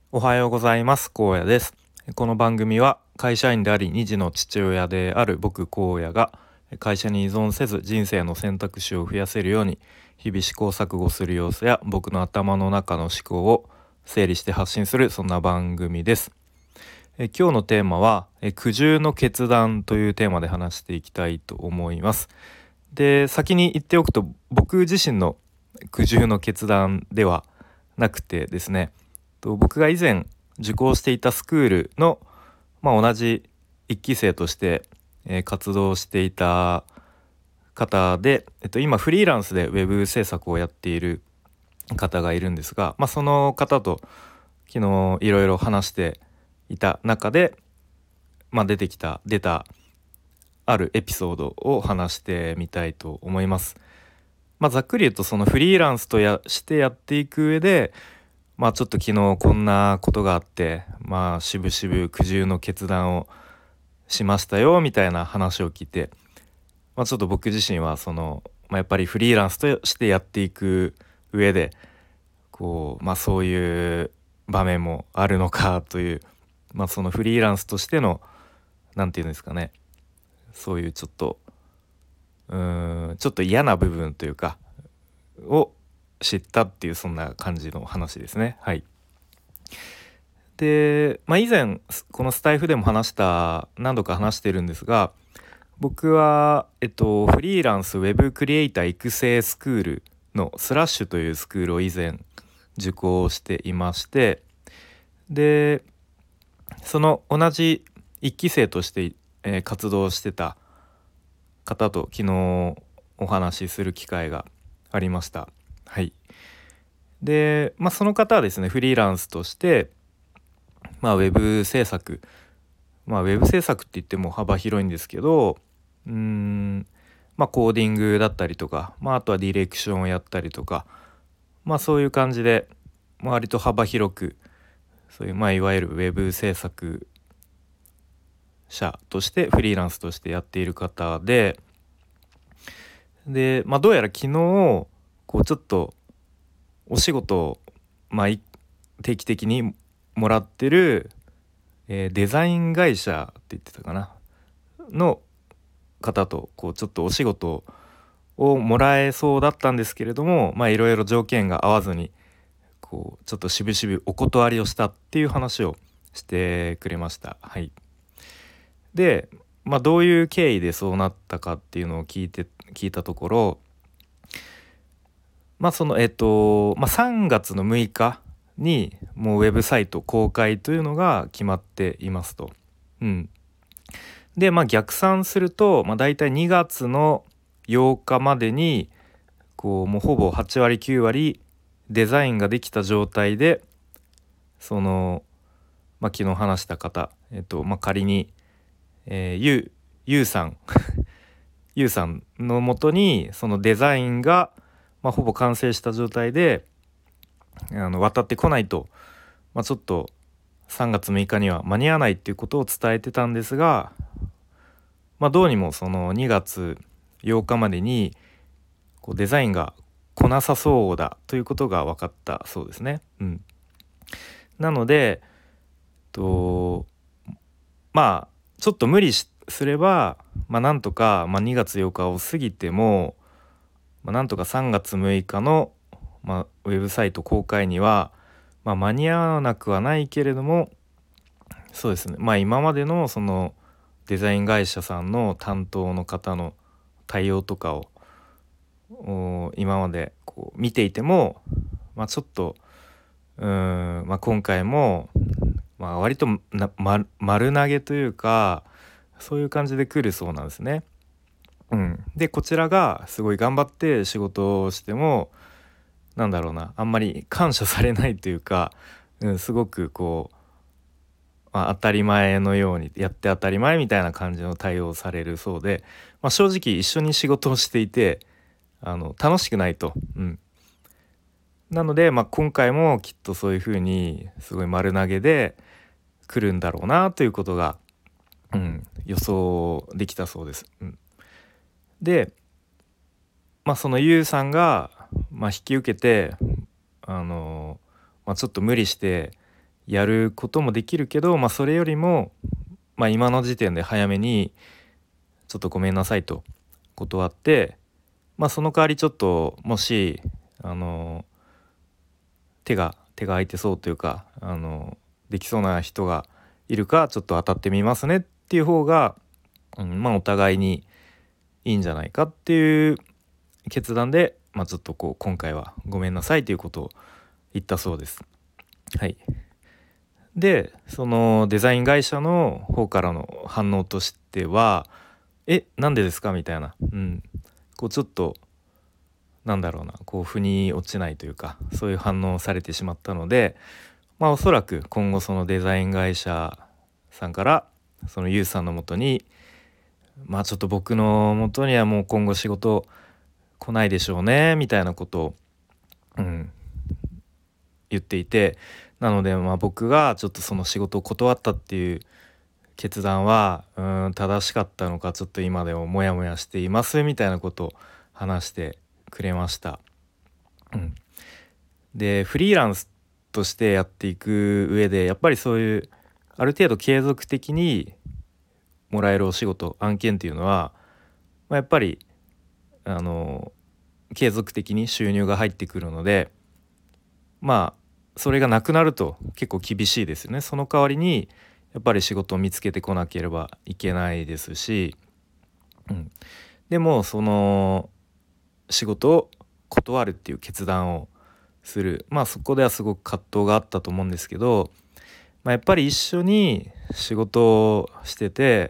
おはようございます。荒野です。この番組は会社員であり2児の父親である僕荒野が会社に依存せず人生の選択肢を増やせるように日々試行錯誤する様子や僕の頭の中の思考を整理して発信するそんな番組です。今日のテーマは苦渋の決断というテーマで話していきたいと思います。で、先に言っておくと僕自身の苦渋の決断ではなくてですね、僕が以前受講していたスクールの、同じ1期生として、活動していた方で、今フリーランスでウェブ制作をやっている方がいるんですが、その方と昨日いろいろ話していた中で、出たあるエピソードを話してみたいと思います。ざっくり言うとそのフリーランスとしてやっていく上でちょっと昨日こんなことがあって渋々苦渋の決断をしましたよみたいな話を聞いて、ちょっと僕自身はやっぱりフリーランスとしてやっていく上でそういう場面もあるのかという、そのフリーランスとしてのなんていうんですかね、そういうちょっと嫌な部分というかを知ったっていうそんな感じの話ですね。はい。で、以前このスタイフでも何度か話してるんですが、僕は、フリーランスウェブクリエイター育成スクールのスラッシュというスクールを以前受講していまして、でその同じ一期生として、活動してた方と昨日お話しする機会がありました。はい。で、その方はですねフリーランスとしてウェブ制作、ウェブ制作って言っても幅広いんですけど、コーディングだったりとか、あとはディレクションをやったりとか、そういう感じで、割と幅広くそういう、いわゆるウェブ制作者としてフリーランスとしてやっている方で、どうやら昨日ちょっとお仕事を、定期的にもらってる、デザイン会社って言ってたかなの方とちょっとお仕事をもらえそうだったんですけれども、いろいろ条件が合わずにちょっと渋々お断りをしたっていう話をしてくれました。はい。で、どういう経緯でそうなったかっていうのを聞いたところ、3月の6日にもうウェブサイト公開というのが決まっていますと。で、逆算すると、だいたい2月の8日までにもうほぼ8割9割デザインができた状態で昨日話した方、仮に、ゆうさんゆうさんのもとにそのデザインが、ほぼ完成した状態で渡ってこないと、ちょっと3月6日には間に合わないっていうことを伝えてたんですが、どうにもその2月8日までにデザインが来なさそうだということが分かったそうですね。なのでちょっと無理すれば、なんとか、2月8日を過ぎても、なんとか3月6日の、ウェブサイト公開には、間に合わなくはないけれども、そうですね、今までのそのデザイン会社さんの担当の方の対応とかを今まで見ていても、ちょっと今回も割と丸投げというかそういう感じで来るそうなんですね。でこちらがすごい頑張って仕事をしてもあんまり感謝されないというか、すごく当たり前のようにやって当たり前みたいな感じの対応をされるそうで、正直一緒に仕事をしていて楽しくないと。なので、今回もきっとそういうふうにすごい丸投げで来るんだろうなということが、予想できたそうです。で、そのゆうさんが、引き受けてちょっと無理してやることもできるけど、それよりも、今の時点で早めにちょっとごめんなさいと断って、その代わりちょっともし手が空いてそうというかできそうな人がいるかちょっと当たってみますねっていう方が、お互いにいいんじゃないかっていう決断で、ちょっと今回はごめんなさいということを言ったそうです。はい。でそのデザイン会社の方からの反応としてはなんでですかみたいな、ちょっと腑に落ちないというかそういう反応をされてしまったので、おそらく今後そのデザイン会社さんからそのユウさんのもとにちょっと僕のもとにはもう今後仕事来ないでしょうねみたいなことを、言っていて、なので僕がちょっとその仕事を断ったっていう決断は正しかったのかちょっと今でもモヤモヤしていますみたいなことを話してくれました。でフリーランスとしてやっていく上でやっぱりそういうある程度継続的にもらえるお仕事案件っていうのは、やっぱり継続的に収入が入ってくるので、それがなくなると結構厳しいですよね。その代わりにやっぱり仕事を見つけてこなければいけないですし、でもその仕事を断るっていう決断をする、そこではすごく葛藤があったと思うんですけど、やっぱり一緒に仕事をしてて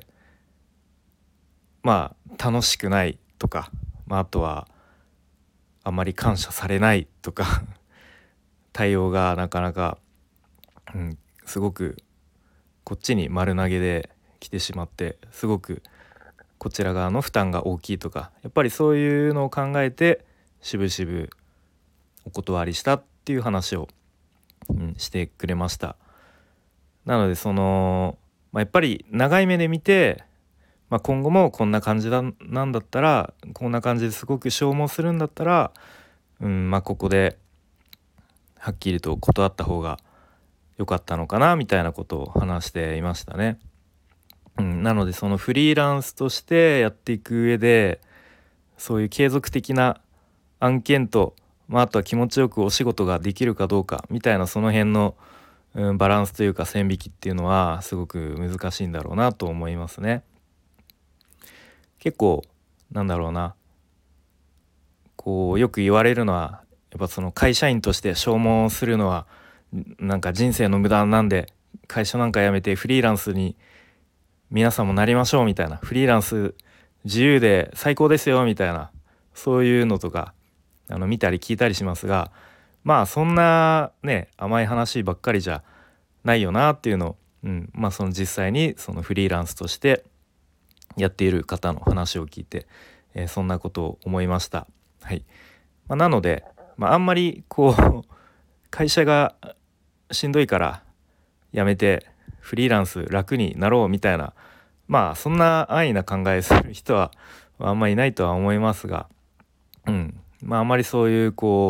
楽しくないとか、あとはあまり感謝されないとか対応がなかなか、すごくこっちに丸投げで来てしまってすごくこちら側の負担が大きいとか、やっぱりそういうのを考えてしぶしぶお断りしたっていう話を、してくれました。なのでやっぱり長い目で見て、今後もこんな感じなんだったらこんな感じですごく消耗するんだったら、ここではっきりと断った方が良かったのかなみたいなことを話していましたね。なのでそのフリーランスとしてやっていく上でそういう継続的な案件と、あとは気持ちよくお仕事ができるかどうかみたいなその辺の、バランスというか線引きっていうのはすごく難しいんだろうなと思いますね。結構よく言われるのはやっぱその会社員として消耗するのは人生の無駄なんで会社なんか辞めてフリーランスに皆さんもなりましょうみたいな、フリーランス自由で最高ですよみたいなそういうのとか見たり聞いたりしますが、そんなね甘い話ばっかりじゃないよなっていうのを、その実際にそのフリーランスとしてやっている方の話を聞いて、そんなことを思いました。はい。なので、あんまり会社がしんどいから辞めてフリーランス楽になろうみたいなそんな安易な考えする人はあんまりいないとは思いますが、あんまりそういう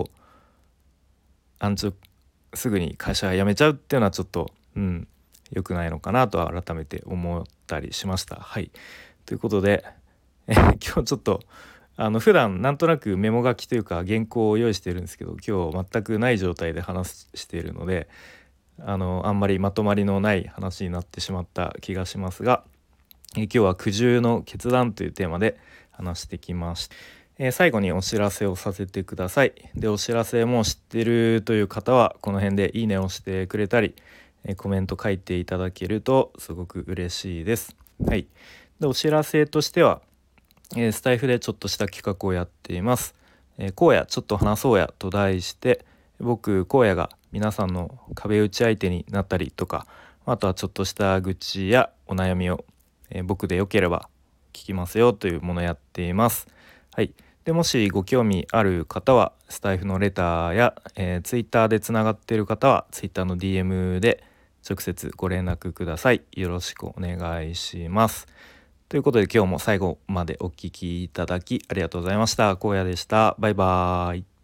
すぐに会社辞めちゃうっていうのはちょっと良くないのかなと改めて思ったりしました。はい。ということで、今日ちょっと普段なんとなくメモ書きというか原稿を用意してるんですけど今日全くない状態で話しているのであんまりまとまりのない話になってしまった気がしますが、今日は苦渋の決断というテーマで話してきました。最後にお知らせをさせてください。でお知らせも知ってるという方はこの辺でいいねをしてくれたりコメント書いていただけるとすごく嬉しいです。はい。でお知らせとしては、スタイフでちょっとした企画をやっています。荒野ちょっと話そうやと題して僕荒野が皆さんの壁打ち相手になったりとか、あとはちょっとした愚痴やお悩みを、僕でよければ聞きますよというものをやっています。はい。でもしご興味ある方はスタイフのレターや、ツイッターでつながっている方はツイッターの DM で直接ご連絡ください。よろしくお願いします。ということで今日も最後までお聞きいただきありがとうございました。荒野でした。バイバーイ。